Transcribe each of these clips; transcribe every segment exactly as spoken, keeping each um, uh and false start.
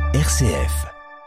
R C F.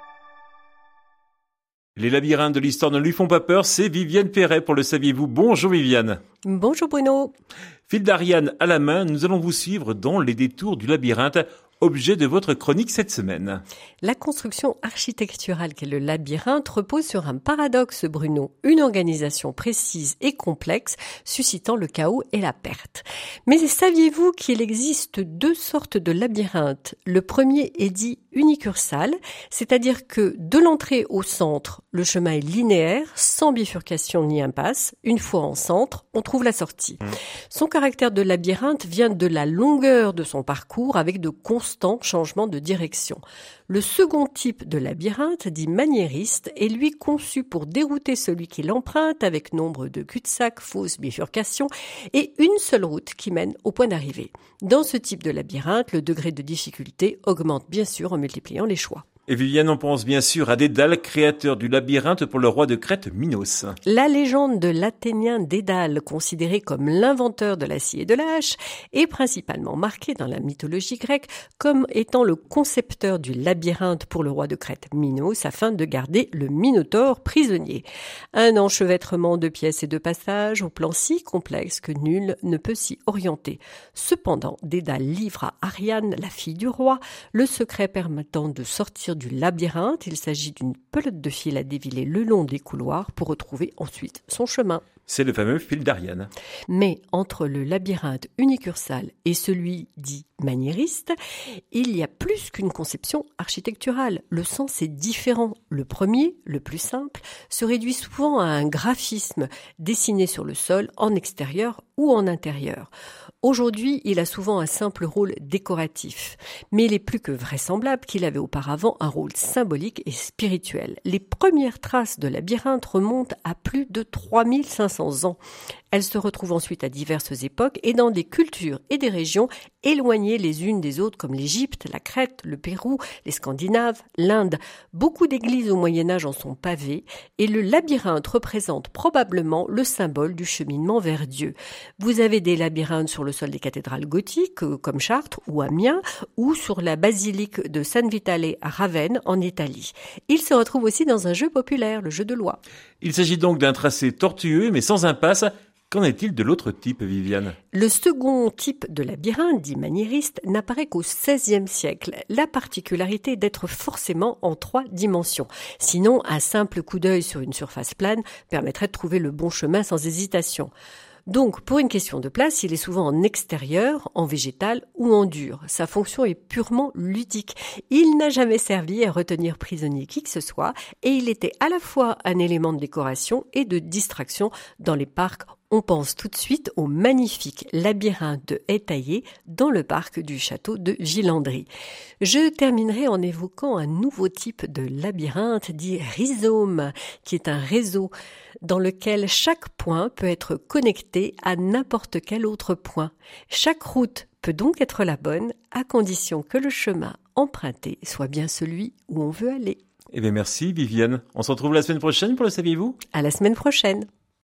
Les labyrinthes de l'histoire ne lui font pas peur, c'est Viviane Perret pour le saviez-vous. Bonjour Viviane. Bonjour Bruno. Fil d'Ariane à la main, nous allons vous suivre dans les détours du labyrinthe, objet de votre chronique cette semaine. La construction architecturale qu'est le labyrinthe repose sur un paradoxe, Bruno. Une organisation précise et complexe, suscitant le chaos et la perte. Mais saviez-vous qu'il existe deux sortes de labyrinthes ? Le premier est dit unicursal, c'est-à-dire que de l'entrée au centre, le chemin est linéaire, sans bifurcation ni impasse. Une fois en centre, on trouve la sortie. Mmh. Son caractère de labyrinthe vient de la longueur de son parcours avec de constants changements de direction. Le second type de labyrinthe, dit maniériste, est lui conçu pour dérouter celui qui l'emprunte avec nombre de cul-de-sac, fausses bifurcations et une seule route qui mène au point d'arrivée. Dans ce type de labyrinthe, le degré de difficulté augmente bien sûr en multipliant les choix. Et Viviane, on pense bien sûr à Dédale, créateur du labyrinthe pour le roi de Crète, Minos. La légende de l'Athénien Dédale, considéré comme l'inventeur de la scie et de la hache, est principalement marquée dans la mythologie grecque comme étant le concepteur du labyrinthe pour le roi de Crète, Minos, afin de garder le Minotaure prisonnier. Un enchevêtrement de pièces et de passages au plan si complexe que nul ne peut s'y orienter. Cependant, Dédale livre à Ariane, la fille du roi, le secret permettant de sortir du labyrinthe. Il s'agit d'une pelote de fil à déviler le long des couloirs pour retrouver ensuite son chemin. C'est le fameux fil d'Ariane. Mais entre le labyrinthe unicursal et celui dit maniériste, il y a plus qu'une conception architecturale. Le sens est différent. Le premier, le plus simple, se réduit souvent à un graphisme dessiné sur le sol en extérieur ou en intérieur. Aujourd'hui, il a souvent un simple rôle décoratif, mais il est plus que vraisemblable qu'il avait auparavant un rôle symbolique et spirituel. Les premières traces de labyrinthe remontent à plus de trois mille cinq cents ans. Elles se retrouvent ensuite à diverses époques et dans des cultures et des régions éloignées les unes des autres comme l'Égypte, la Crète, le Pérou, les Scandinaves, l'Inde. Beaucoup d'églises au Moyen-Âge en sont pavées et le labyrinthe représente probablement le symbole du cheminement vers Dieu. Vous avez des labyrinthes sur le sol des cathédrales gothiques comme Chartres ou Amiens ou sur la basilique de San Vitale à Ravenne en Italie. Il se retrouve aussi dans un jeu populaire, le jeu de loi. Il s'agit donc d'un tracé tortueux mais sans impasse. Qu'en est-il de l'autre type, Viviane ? Le second type de labyrinthe, dit maniériste, n'apparaît qu'au seizième siècle. La particularité est d'être forcément en trois dimensions. Sinon, un simple coup d'œil sur une surface plane permettrait de trouver le bon chemin sans hésitation. Donc, pour une question de place, il est souvent en extérieur, en végétal ou en dur. Sa fonction est purement ludique. Il n'a jamais servi à retenir prisonnier qui que ce soit et il était à la fois un élément de décoration et de distraction dans les parcs. On pense tout de suite au magnifique labyrinthe de haies taillées dans le parc du château de Villandry. Je terminerai en évoquant un nouveau type de labyrinthe dit rhizome, qui est un réseau dans lequel chaque point peut être connecté à n'importe quel autre point. Chaque route peut donc être la bonne, à condition que le chemin emprunté soit bien celui où on veut aller. Eh bien merci Viviane. On se retrouve la semaine prochaine pour le saviez-vous ? À la semaine prochaine.